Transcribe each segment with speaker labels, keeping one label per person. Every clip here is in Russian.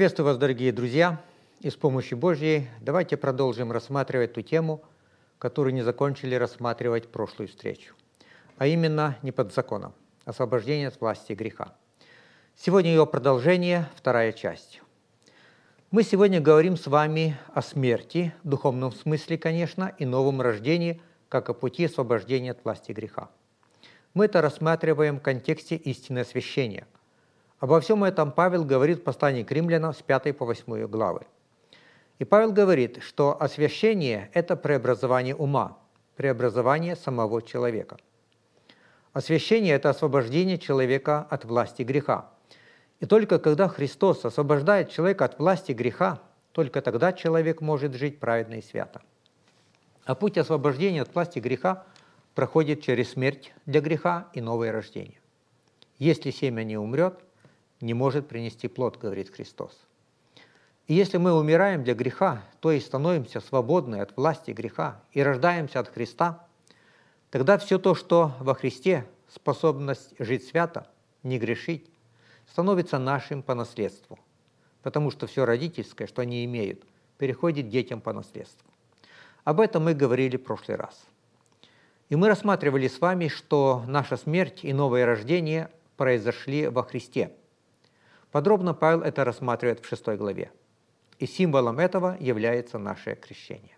Speaker 1: Приветствую вас, дорогие друзья, и с помощью Божьей давайте продолжим рассматривать ту тему, которую не закончили рассматривать прошлую встречу, а именно не под законом, освобождение от власти греха. Сегодня ее продолжение, вторая часть. Мы сегодня говорим с вами о смерти, в духовном смысле, конечно, и новом рождении, как о пути освобождения от власти греха. Мы это рассматриваем в контексте истины освящения. Обо всем этом Павел говорит в послании к римлянам с 5 по 8 главы. И Павел говорит, что освящение – это преобразование ума, преобразование самого человека. Освящение – это освобождение человека от власти греха. И только когда Христос освобождает человека от власти греха, только тогда человек может жить праведно и свято. А путь освобождения от власти греха проходит через смерть для греха и новое рождение. Если семя не умрет, не может принести плод, говорит Христос. И если мы умираем для греха, то есть становимся свободны от власти греха и рождаемся от Христа, тогда все то, что во Христе, способность жить свято, не грешить, становится нашим по наследству, потому что все родительское, что они имеют, переходит детям по наследству. Об этом мы говорили в прошлый раз. И мы рассматривали с вами, что наша смерть и новое рождение произошли во Христе. Подробно Павел это рассматривает в 6 главе. И символом этого является наше крещение.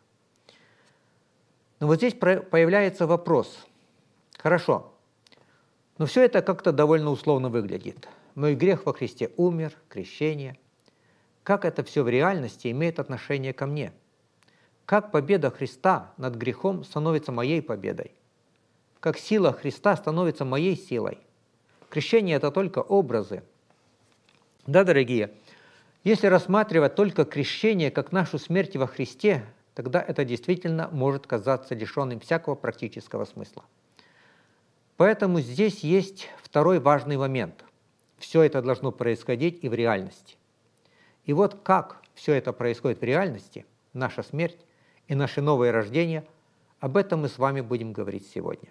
Speaker 1: Но вот здесь появляется вопрос. Хорошо, но все это как-то довольно условно выглядит. Мой грех во Христе умер, крещение. Как это все в реальности имеет отношение ко мне? Как победа Христа над грехом становится моей победой? Как сила Христа становится моей силой? Крещение – это только образы. Да, дорогие, если рассматривать только крещение как нашу смерть во Христе, тогда это действительно может казаться лишенным всякого практического смысла. Поэтому здесь есть второй важный момент. Все это должно происходить и в реальности. И вот как все это происходит в реальности, наша смерть и наше новое рождение, об этом мы с вами будем говорить сегодня.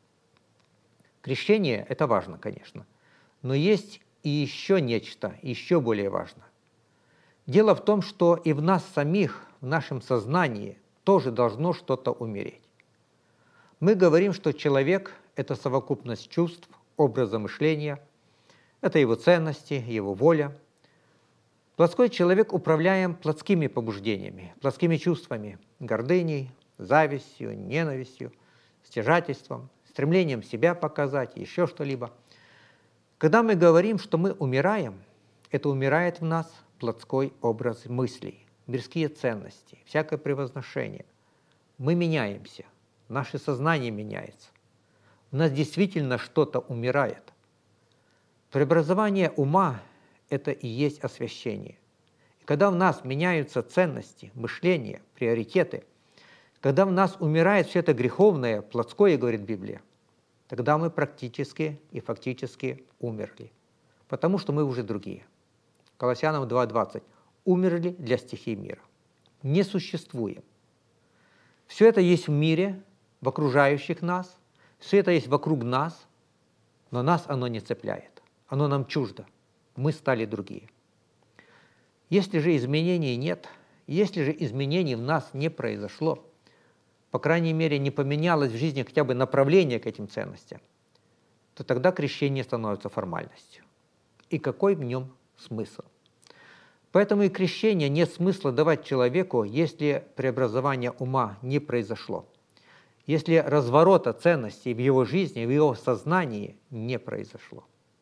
Speaker 1: Крещение – это важно, конечно, но есть и еще нечто, еще более важно. Дело в том, что и в нас самих, в нашем сознании тоже должно что-то умереть. Мы говорим, что человек – это совокупность чувств, образа мышления, это его ценности, его воля. Плотской человек управляем плотскими побуждениями, плотскими чувствами, гордыней, завистью, ненавистью, стяжательством, стремлением себя показать, еще что-либо. Когда мы говорим, что мы умираем, это умирает в нас плотской образ мыслей, мирские ценности, всякое превозношение. Мы меняемся, наше сознание меняется. В нас действительно что-то умирает. Преобразование ума – это и есть освящение. И когда в нас меняются ценности, мышление, приоритеты, когда в нас умирает все это греховное, плотское, говорит Библия, тогда мы практически и фактически умерли, потому что мы уже другие. Колоссянам 2:20. Умерли для стихий мира. Не существуем. Все это есть в мире, в окружающих нас, все это есть вокруг нас, но нас оно не цепляет. Оно нам чуждо. Мы стали другие. Если же изменений нет, если же изменений в нас не произошло, по крайней мере, не поменялось в жизни хотя бы направление к этим ценностям, то тогда крещение становится формальностью. И какой в нем смысл? Поэтому и крещение нет смысла давать человеку, если преобразование ума не произошло, если разворота ценностей в его жизни, в его сознании не произошло.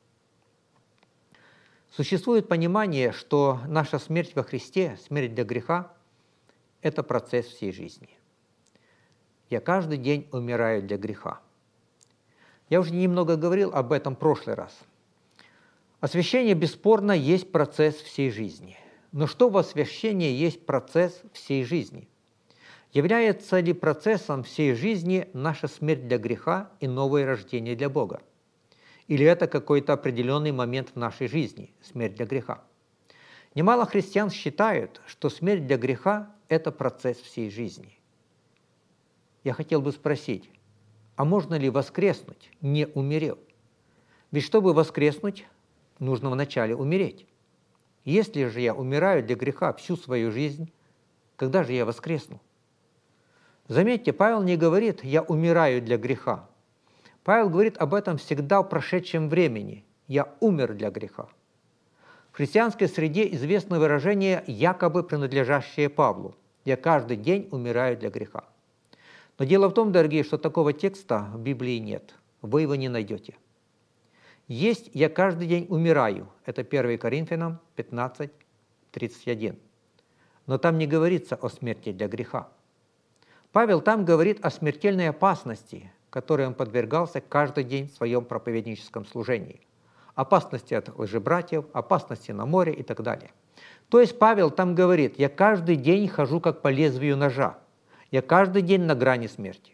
Speaker 1: Существует понимание, что наша смерть во Христе, смерть для греха – это процесс всей жизни. Я каждый день умираю для греха. Я уже немного говорил об этом в прошлый раз. Освящение, бесспорно, есть процесс всей жизни. Но что в освящении есть процесс всей жизни? Является ли процессом всей жизни наша смерть для греха и новое рождение для Бога? Или это какой-то определенный момент в нашей жизни, смерть для греха? Немало христиан считают, что смерть для греха – это процесс всей жизни. Я хотел бы спросить, а можно ли воскреснуть, не умерев? Ведь чтобы воскреснуть, нужно вначале умереть. Если же я умираю для греха всю свою жизнь, когда же я воскресну? Заметьте, Павел не говорит «я умираю для греха». Павел говорит об этом всегда в прошедшем времени. «Я умер для греха». В христианской среде известно выражение, якобы принадлежащее Павлу. «Я каждый день умираю для греха». Но дело в том, дорогие, что такого текста в Библии нет. Вы его не найдете. Есть «я каждый день умираю». Это 1 Коринфянам 15, 31. Но там не говорится о смерти для греха. Павел там говорит о смертельной опасности, которой он подвергался каждый день в своем проповедническом служении. Опасности от лжебратьев, опасности на море и так далее. То есть Павел там говорит, я каждый день хожу как по лезвию ножа, я каждый день на грани смерти.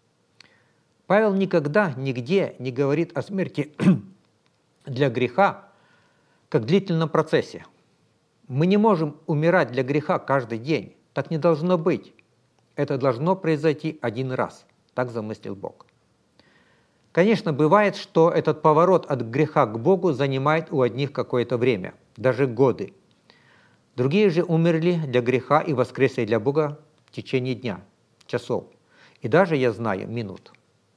Speaker 1: Павел никогда, нигде не говорит о смерти для греха как длительном процессе. Мы не можем умирать для греха каждый день, так не должно быть. Это должно произойти один раз, так замыслил Бог. Конечно, бывает, что этот поворот от греха к Богу занимает у одних какое-то время, даже годы. Другие же умерли для греха и воскресли для Бога в течение дня, часов, и даже, я знаю, минут.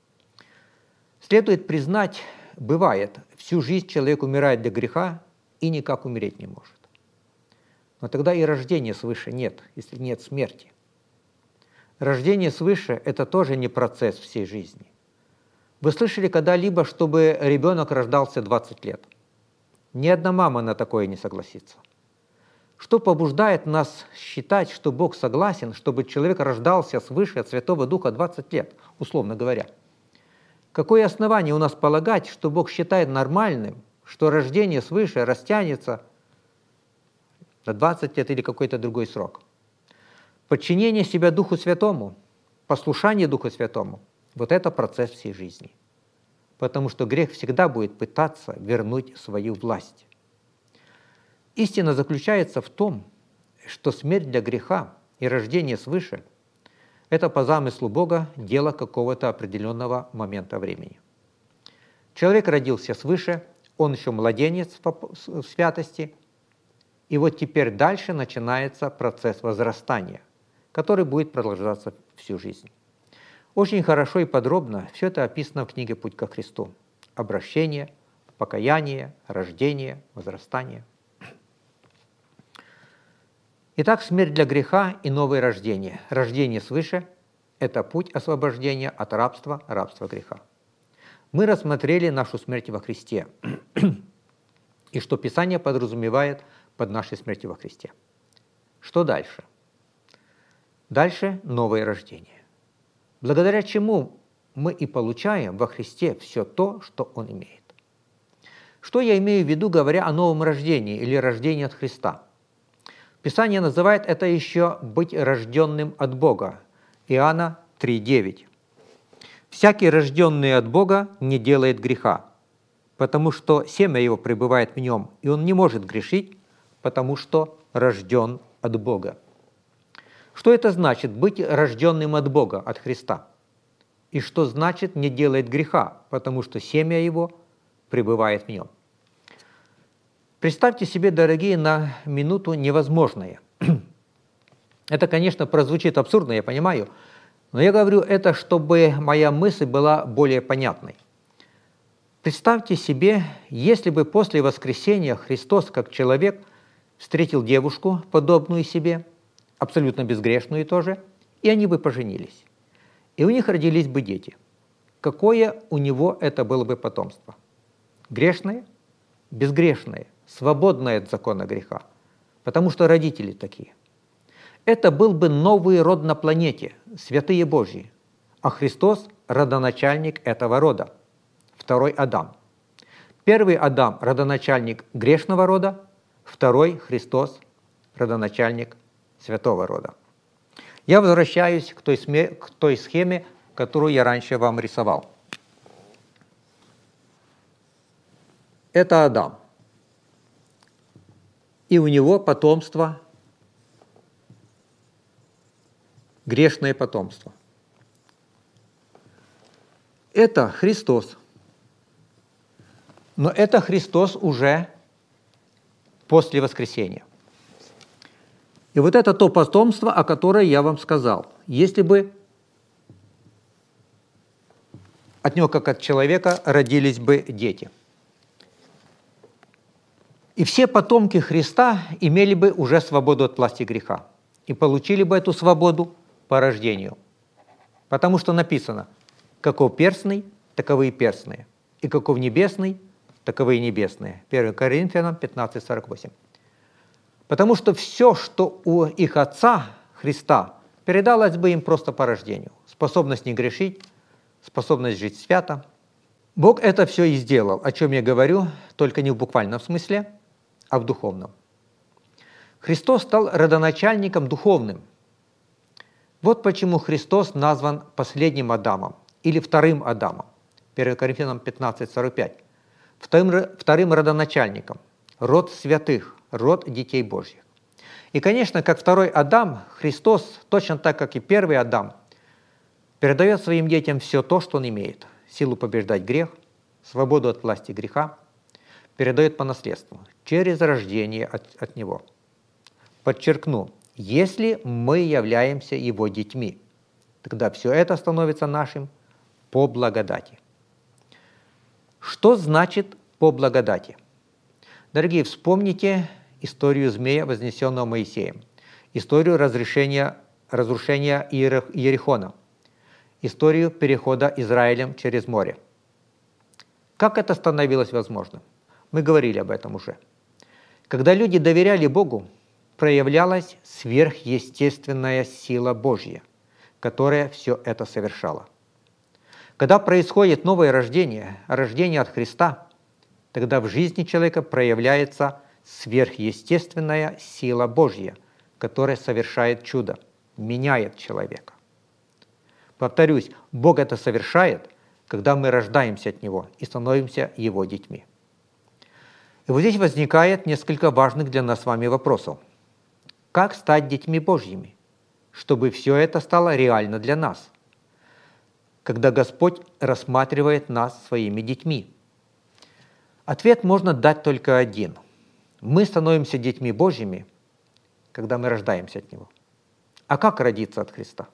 Speaker 1: Следует признать, бывает, всю жизнь человек умирает для греха и никак умереть не может. Но тогда и рождения свыше нет, если нет смерти. Рождение свыше – это тоже не процесс всей жизни. Вы слышали когда-либо, чтобы ребенок рождался 20 лет? Ни одна мама на такое не согласится. Что побуждает нас считать, что Бог согласен, чтобы человек рождался свыше от Святого Духа 20 лет, условно говоря? Какое основание у нас полагать, что Бог считает нормальным, что рождение свыше растянется на 20 лет или какой-то другой срок? Подчинение себя Духу Святому, послушание Духу Святому – вот это процесс всей жизни. Потому что грех всегда будет пытаться вернуть свою власть. Истина заключается в том, что смерть для греха и рождение свыше – это по замыслу Бога дело какого-то определенного момента времени. Человек родился свыше, он еще младенец в святости, и вот теперь дальше начинается процесс возрастания, который будет продолжаться всю жизнь. Очень хорошо и подробно все это описано в книге «Путь ко Христу». Обращение, покаяние, рождение, возрастание. Итак, смерть для греха и новое рождение. Рождение свыше – это путь освобождения от рабства греха. Мы рассмотрели нашу смерть во Христе и что Писание подразумевает под нашей смертью во Христе. Что дальше? Дальше новое рождение, благодаря чему мы и получаем во Христе все то, что Он имеет. Что я имею в виду, говоря о новом рождении или рождении от Христа? Писание называет это еще «быть рожденным от Бога». Иоанна 3:9. «Всякий, рожденный от Бога, не делает греха, потому что семя его пребывает в нем, и он не может грешить, потому что рожден от Бога». Что это значит быть рожденным от Бога, от Христа? И что значит не делает греха, потому что семя его пребывает в нем? Представьте себе, дорогие, на минуту невозможное. Это, конечно, прозвучит абсурдно, я понимаю, но я говорю это, чтобы моя мысль была более понятной. Представьте себе, если бы после воскресения Христос, как человек, встретил девушку, подобную себе, абсолютно безгрешную тоже, и они бы поженились. И у них родились бы дети. Какое у него это было бы потомство? Грешное? Безгрешное, свободное от закона греха, потому что родители такие. Это был бы новый род на планете, святые Божьи, а Христос – родоначальник этого рода, второй Адам. Первый Адам – родоначальник грешного рода, второй Христос – родоначальник святого рода. Я возвращаюсь к той схеме, которую я раньше вам рисовал. Это Адам. И у него потомство, грешное потомство. Это Христос. Но это Христос уже после воскресения. И вот это то потомство, о котором я вам сказал. Если бы от него, как от человека, родились бы дети. И все потомки Христа имели бы уже свободу от власти греха. И получили бы эту свободу по рождению. Потому что написано: «Каков перстный, таковы и перстные, и каков небесный, таковы и небесные». 1 Коринфянам 15:48. Потому что все, что у их Отца, Христа, передалось бы им просто по рождению. Способность не грешить, способность жить свято. Бог это все и сделал, о чем я говорю, только не в буквальном смысле, а в духовном. Христос стал родоначальником духовным. Вот почему Христос назван последним Адамом или вторым Адамом. 1 Коринфянам 15:45. Вторым родоначальником. Род святых, род детей Божьих. И, конечно, как второй Адам, Христос, точно так, как и первый Адам, передает своим детям все то, что он имеет. Силу побеждать грех, свободу от власти греха, передает по наследству, через рождение от него. Подчеркну, если мы являемся его детьми, тогда все это становится нашим по благодати. Что значит по благодати? Дорогие, вспомните историю змея, вознесенного Моисеем, историю разрушения Иерихона, историю перехода Израилем через море. Как это становилось возможным? Мы говорили об этом уже. Когда люди доверяли Богу, проявлялась сверхъестественная сила Божья, которая все это совершала. Когда происходит новое рождение, рождение от Христа, тогда в жизни человека проявляется сверхъестественная сила Божья, которая совершает чудо, меняет человека. Повторюсь, Бог это совершает, когда мы рождаемся от Него и становимся Его детьми. И вот здесь возникает несколько важных для нас с вами вопросов. Как стать детьми Божьими, чтобы все это стало реально для нас, когда Господь рассматривает нас своими детьми? Ответ можно дать только один. Мы становимся детьми Божьими, когда мы рождаемся от Него. А как родиться от Христа?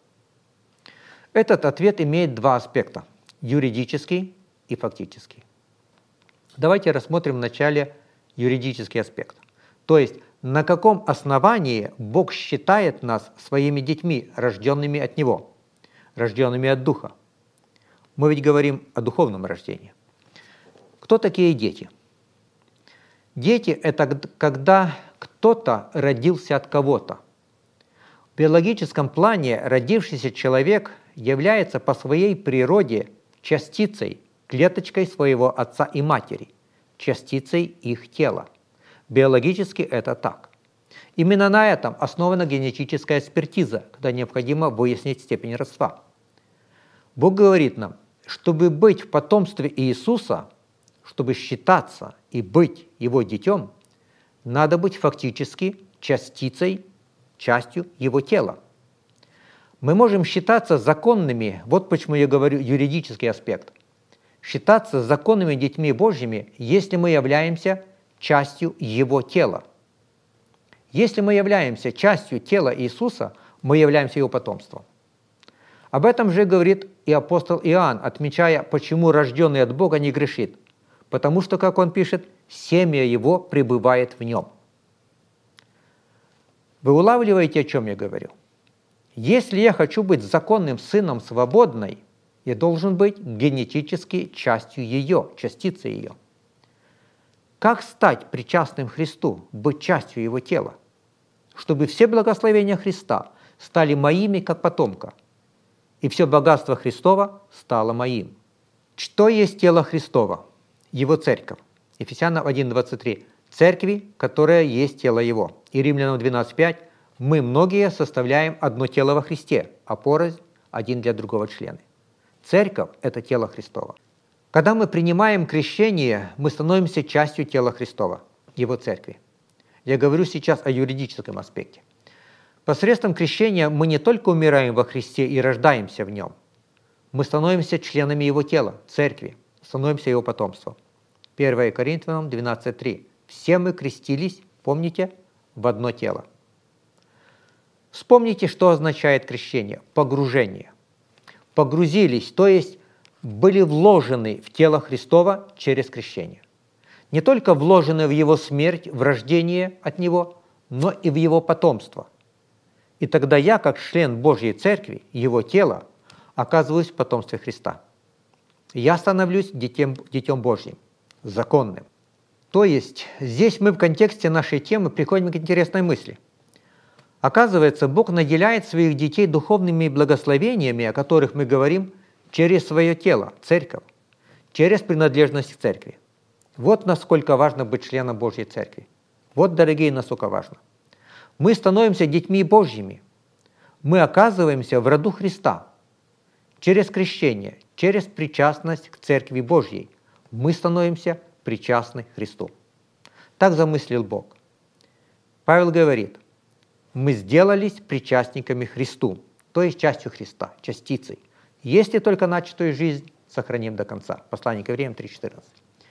Speaker 1: Этот ответ имеет два аспекта – юридический и фактический. Давайте рассмотрим вначале юридический аспект. То есть, на каком основании Бог считает нас своими детьми, рожденными от Него, рожденными от Духа. Мы ведь говорим о духовном рождении. Кто такие дети? Дети – это когда кто-то родился от кого-то. В биологическом плане родившийся человек является по своей природе частицей, клеточкой своего отца и матери, частицей их тела. Биологически это так. Именно на этом основана генетическая экспертиза, когда необходимо выяснить степень родства. Бог говорит нам, чтобы быть в потомстве Иисуса, чтобы считаться и быть Его детем, надо быть фактически частицей, частью Его тела. Мы можем считаться законными, вот почему я говорю юридический аспект, считаться законными детьми Божьими, если мы являемся частью Его тела. Если мы являемся частью тела Иисуса, мы являемся Его потомством. Об этом же говорит и апостол Иоанн, отмечая, почему рожденный от Бога не грешит. Потому что, как он пишет, семя Его пребывает в нем. Вы улавливаете, о чем я говорю? Если я хочу быть законным сыном свободной, я должен быть генетически частью ее, частицей ее. Как стать причастным Христу, быть частью Его тела? Чтобы все благословения Христа стали моими, как потомка, и все богатство Христова стало моим. Что есть тело Христова? Его церковь. Ефесянам 1:23. Церкви, которая есть тело Его. И Римлянам 12:5. Мы многие составляем одно тело во Христе, а порознь один для другого члены. Церковь – это тело Христово. Когда мы принимаем крещение, мы становимся частью тела Христова, Его церкви. Я говорю сейчас о юридическом аспекте. Посредством крещения мы не только умираем во Христе и рождаемся в Нем, мы становимся членами Его тела, церкви, становимся Его потомством. 1 Коринфянам 12:3. Все мы крестились помните, в одно тело. Вспомните, что означает крещение, погружение. Погрузились, то есть были вложены в тело Христова через крещение. Не только вложены в Его смерть, в рождение от Него, но и в Его потомство. И тогда я, как член Божьей Церкви, Его тела, оказываюсь в потомстве Христа. Я становлюсь Детем Божьим, законным. То есть здесь мы в контексте нашей темы приходим к интересной мысли. Оказывается, Бог наделяет своих детей духовными благословениями, о которых мы говорим, через свое тело, церковь, через принадлежность к церкви. Вот насколько важно быть членом Божьей Церкви. Вот, дорогие, насколько важно. Мы становимся детьми Божьими. Мы оказываемся в роду Христа. Через крещение, через причастность к Церкви Божьей мы становимся причастны Христу. Так замыслил Бог. Павел говорит, мы сделались причастниками Христу, то есть частью Христа, частицей. Если только начатую жизнь сохраним до конца. Послание к Евреям 3:14.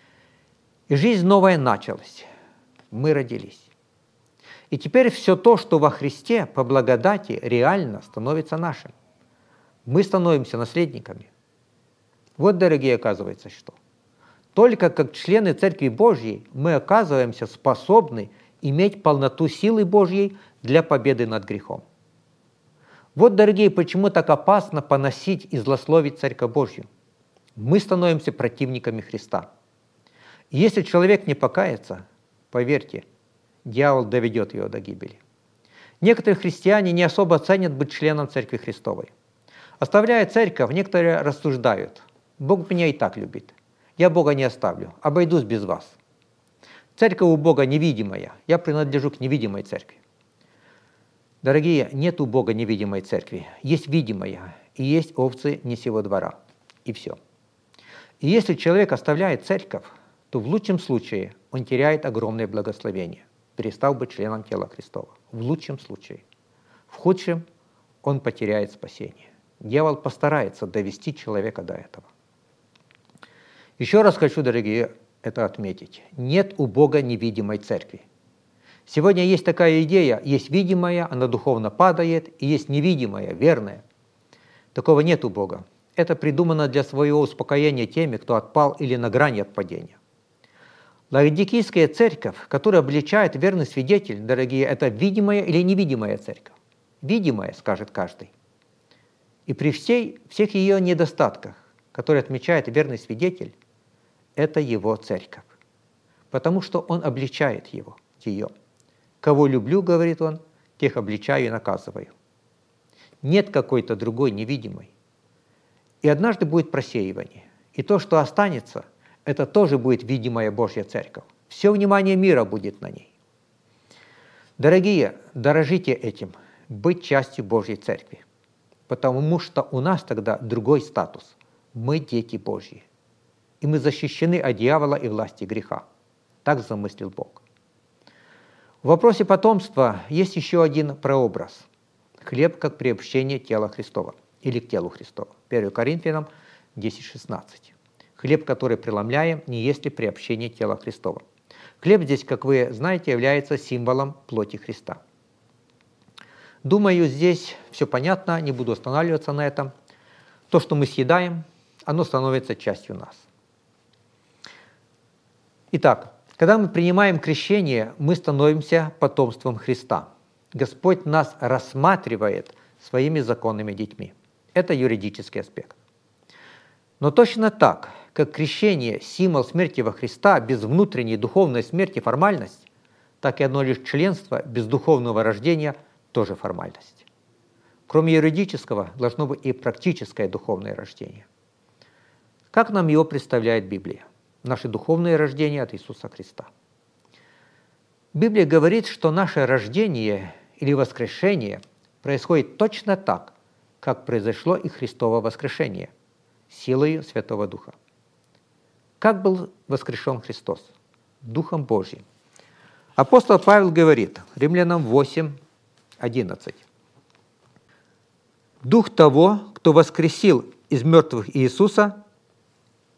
Speaker 1: И жизнь новая началась. Мы родились. И теперь все то, что во Христе по благодати реально становится нашим. Мы становимся наследниками. Вот, дорогие, оказывается, что. Только как члены Церкви Божьей мы оказываемся способны иметь полноту силы Божьей для победы над грехом. Вот, дорогие, почему так опасно поносить и злословить Церковь Божью. Мы становимся противниками Христа. И если человек не покается, поверьте, дьявол доведет его до гибели. Некоторые христиане не особо ценят быть членом Церкви Христовой. Оставляя церковь, некоторые рассуждают: Бог меня и так любит, я Бога не оставлю, обойдусь без вас. Церковь у Бога невидимая, я принадлежу к невидимой церкви. Дорогие, нет у Бога невидимой церкви, есть видимая, и есть овцы не сего двора, и все. И если человек оставляет церковь, то в лучшем случае он теряет огромное благословение, перестав быть членом тела Христова. В лучшем случае. В худшем он потеряет спасение. Дьявол постарается довести человека до этого. Еще раз хочу, дорогие, это отметить. Нет у Бога невидимой церкви. Сегодня есть такая идея, есть видимая, она духовно падает, и есть невидимая, верная. Такого нет у Бога. Это придумано для своего успокоения теми, кто отпал или на грани отпадения. Лаодикийская церковь, которая обличает верный свидетель, дорогие, это видимая или невидимая церковь? Видимая, скажет каждый. И при всех ее недостатках, которые отмечает верный свидетель, это его церковь. Потому что он обличает ее. Кого люблю, говорит он, тех обличаю и наказываю. Нет какой-то другой невидимой. И однажды будет просеивание. И то, что останется, это тоже будет видимая Божья церковь. Все внимание мира будет на ней. Дорогие, дорожите этим, быть частью Божьей церкви. Потому что у нас тогда другой статус. Мы дети Божьи. И мы защищены от дьявола и власти греха. Так замыслил Бог. В вопросе потомства есть еще один прообраз. Хлеб как приобщение тела Христова или к телу Христова. 1 Коринфянам 10:16. Хлеб, который преломляем, не есть ли приобщение тела Христова. Хлеб здесь, как вы знаете, является символом плоти Христа. Думаю, здесь все понятно, не буду останавливаться на этом. То, что мы съедаем, оно становится частью нас. Итак, когда мы принимаем крещение, мы становимся потомством Христа. Господь нас рассматривает своими законными детьми. Это юридический аспект. Но точно так, как крещение – символ смерти во Христа без внутренней духовной смерти – формальность, так и одно лишь членство без духовного рождения – тоже формальность. Кроме юридического, должно быть и практическое духовное рождение. Как нам его представляет Библия? Наше духовное рождение от Иисуса Христа. Библия говорит, что наше рождение или воскрешение происходит точно так, как произошло и Христово воскрешение, силою Святого Духа. Как был воскрешен Христос? Духом Божьим. Апостол Павел говорит, Римлянам 8:11. «Дух того, кто воскресил из мертвых Иисуса,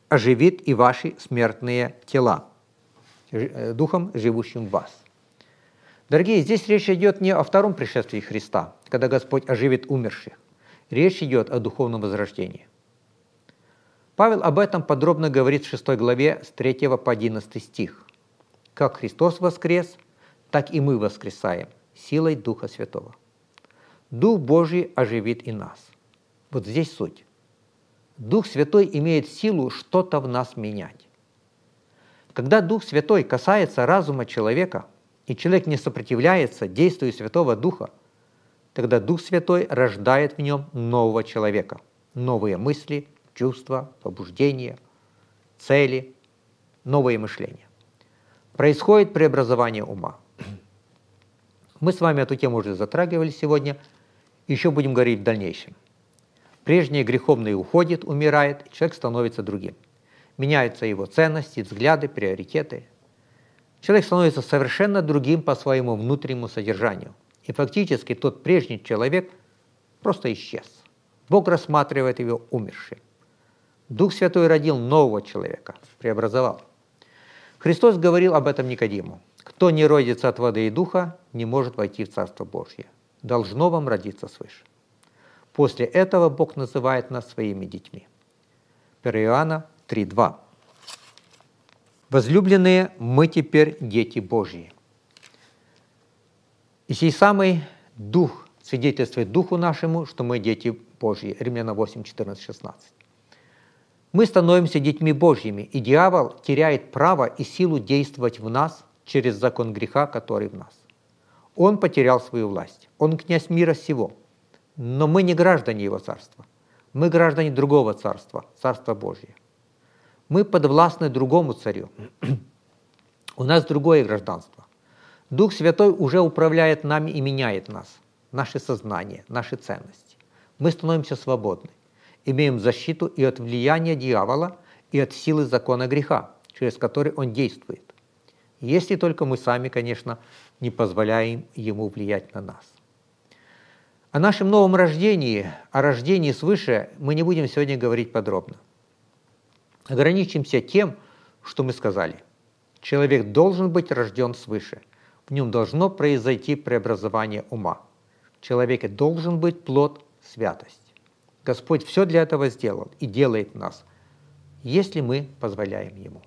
Speaker 1: оживит и ваши смертные тела, духом, живущим в вас». Дорогие, здесь речь идет не о втором пришествии Христа, когда Господь оживит умерших. Речь идет о духовном возрождении. Павел об этом подробно говорит в 6 главе с 3 по 11 стих. «Как Христос воскрес, так и мы воскресаем силой Духа Святого. Дух Божий оживит и нас». Вот здесь суть. Дух Святой имеет силу что-то в нас менять. Когда Дух Святой касается разума человека, и человек не сопротивляется действию Святого Духа, тогда Дух Святой рождает в нем нового человека, новые мысли, чувства, побуждения, цели, новое мышление. Происходит преобразование ума. Мы с вами эту тему уже затрагивали сегодня, еще будем говорить в дальнейшем. Прежнее греховное уходит, умирает, и человек становится другим. Меняются его ценности, взгляды, приоритеты. Человек становится совершенно другим по своему внутреннему содержанию. И фактически тот прежний человек просто исчез. Бог рассматривает его умершим. Дух Святой родил нового человека, преобразовал. Христос говорил об этом Никодиму. «Кто не родится от воды и духа, не может войти в Царство Божье. Должно вам родиться свыше». После этого Бог называет нас своими детьми. 1 Иоанна 3:2. «Возлюбленные, мы теперь дети Божьи». И сей самый Дух свидетельствует Духу нашему, что мы дети Божьи. Римлянам 8:14-16. Мы становимся детьми Божьими, и дьявол теряет право и силу действовать в нас через закон греха, который в нас. Он потерял свою власть. Он князь мира сего. Но мы не граждане его царства. Мы граждане другого царства, Царства Божьего. Мы подвластны другому царю. У нас другое гражданство. Дух Святой уже управляет нами и меняет нас, наше сознание, наши ценности. Мы становимся свободны, имеем защиту и от влияния дьявола, и от силы закона греха, через который он действует. Если только мы сами, конечно, не позволяем ему влиять на нас. О нашем новом рождении, о рождении свыше мы не будем сегодня говорить подробно. Ограничимся тем, что мы сказали. Человек должен быть рожден свыше. В нем должно произойти преобразование ума. В человеке должен быть плод святости. Господь все для этого сделал и делает в нас, если мы позволяем Ему.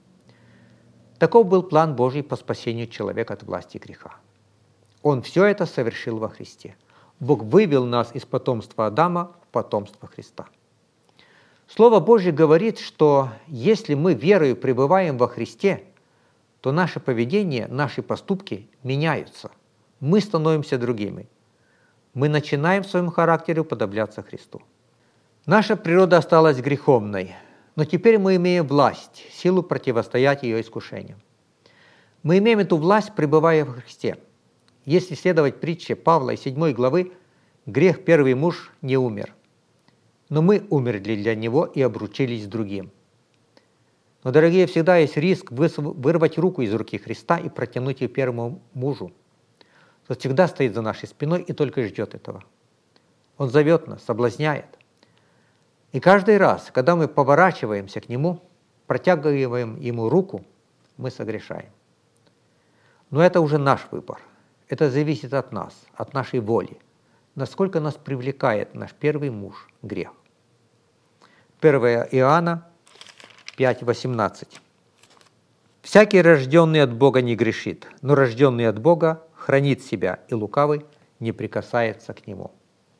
Speaker 1: Таков был план Божий по спасению человека от власти греха. Он все это совершил во Христе. Бог вывел нас из потомства Адама в потомство Христа. Слово Божье говорит, что если мы верою пребываем во Христе, то наше поведение, наши поступки меняются. Мы становимся другими. Мы начинаем в своем характере уподобляться Христу. Наша природа осталась греховной, но теперь мы имеем власть, силу противостоять ее искушениям. Мы имеем эту власть, пребывая в Христе. Если следовать притче Павла из 7 главы, грех первый муж не умер. Но мы умерли для него и обручились с другим. Но, дорогие, всегда есть риск вырвать руку из руки Христа и протянуть ее первому мужу. Он всегда стоит за нашей спиной и только ждет этого. Он зовет нас, соблазняет. И каждый раз, когда мы поворачиваемся к нему, протягиваем ему руку, мы согрешаем. Но это уже наш выбор. Это зависит от нас, от нашей воли. Насколько нас привлекает наш первый муж – грех. 1 Иоанна 5:18. «Всякий, рожденный от Бога, не грешит, но рожденный от Бога хранит себя, и лукавый не прикасается к нему».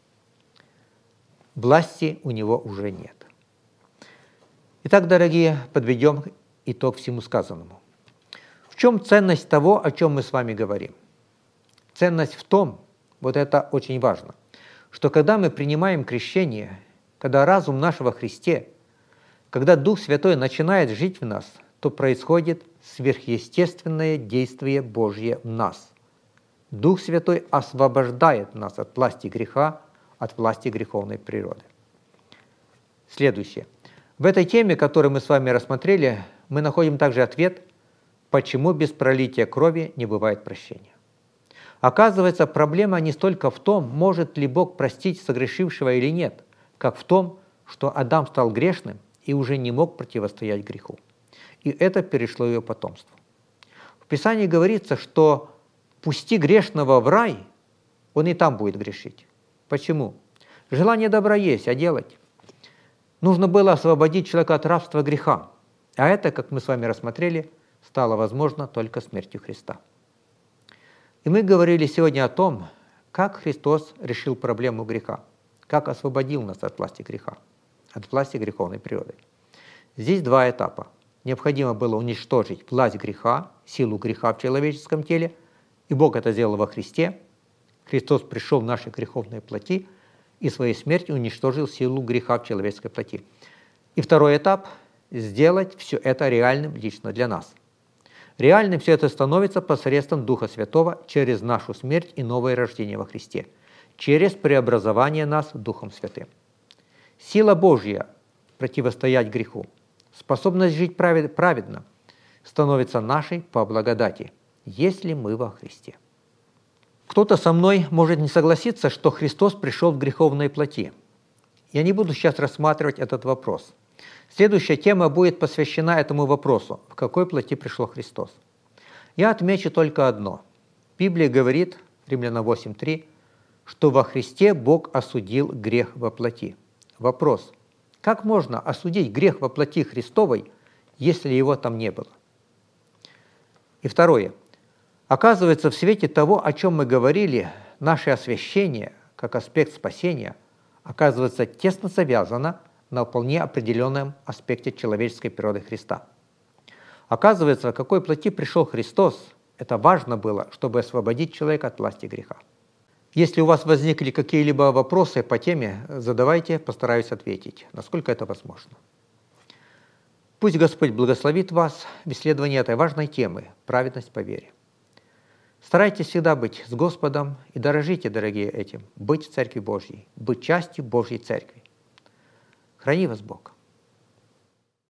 Speaker 1: Власти у него уже нет. Итак, дорогие, подведем итог всему сказанному. В чем ценность того, о чем мы с вами говорим? Ценность в том, вот это очень важно, что когда мы принимаем крещение, когда разум наш во Христе, когда Дух Святой начинает жить в нас, то происходит сверхъестественное действие Божье в нас. Дух Святой освобождает нас от власти греха, от власти греховной природы. Следующее. В этой теме, которую мы с вами рассмотрели, мы находим также ответ, почему без пролития крови не бывает прощения. Оказывается, проблема не столько в том, может ли Бог простить согрешившего или нет, как в том, что Адам стал грешным и уже не мог противостоять греху. И это перешло его потомству. В Писании говорится, что Пусти грешного в рай, он и там будет грешить. Почему? Желание добра есть, а делать? Нужно было освободить человека от рабства греха. А это, как мы с вами рассмотрели, стало возможно только смертью Христа. И мы говорили сегодня о том, как Христос решил проблему греха, как освободил нас от власти греха, от власти греховной природы. Здесь два этапа. Необходимо было уничтожить власть греха, силу греха в человеческом теле, и Бог это сделал во Христе. Христос пришел в наши греховные плоти и своей смертью уничтожил силу греха в человеческой плоти. И второй этап – сделать все это реальным лично для нас. Реальным все это становится посредством Духа Святого через нашу смерть и новое рождение во Христе, через преобразование нас Духом Святым. Сила Божья противостоять греху, способность жить праведно становится нашей по благодати, если мы во Христе. Кто-то со мной может не согласиться, что Христос пришел в греховной плоти. Я не буду сейчас рассматривать этот вопрос. Следующая тема будет посвящена этому вопросу, в какой плоти пришел Христос. Я отмечу только одно. Библия говорит, Римлянам 8:3, что во Христе Бог осудил грех во плоти. Вопрос: как можно осудить грех во плоти Христовой, если его там не было? И второе. Оказывается, в свете того, о чем мы говорили, наше освящение, как аспект спасения, оказывается тесно завязано на вполне определенном аспекте человеческой природы Христа. Оказывается, в какой плоти пришел Христос, это важно было, чтобы освободить человека от власти греха. Если у вас возникли какие-либо вопросы по теме, задавайте, постараюсь ответить, насколько это возможно. Пусть Господь благословит вас в исследовании этой важной темы – праведность по вере. Старайтесь всегда быть с Господом и дорожите, дорогие, этим, быть в Церкви Божьей, быть частью Божьей Церкви. Храни вас Бог.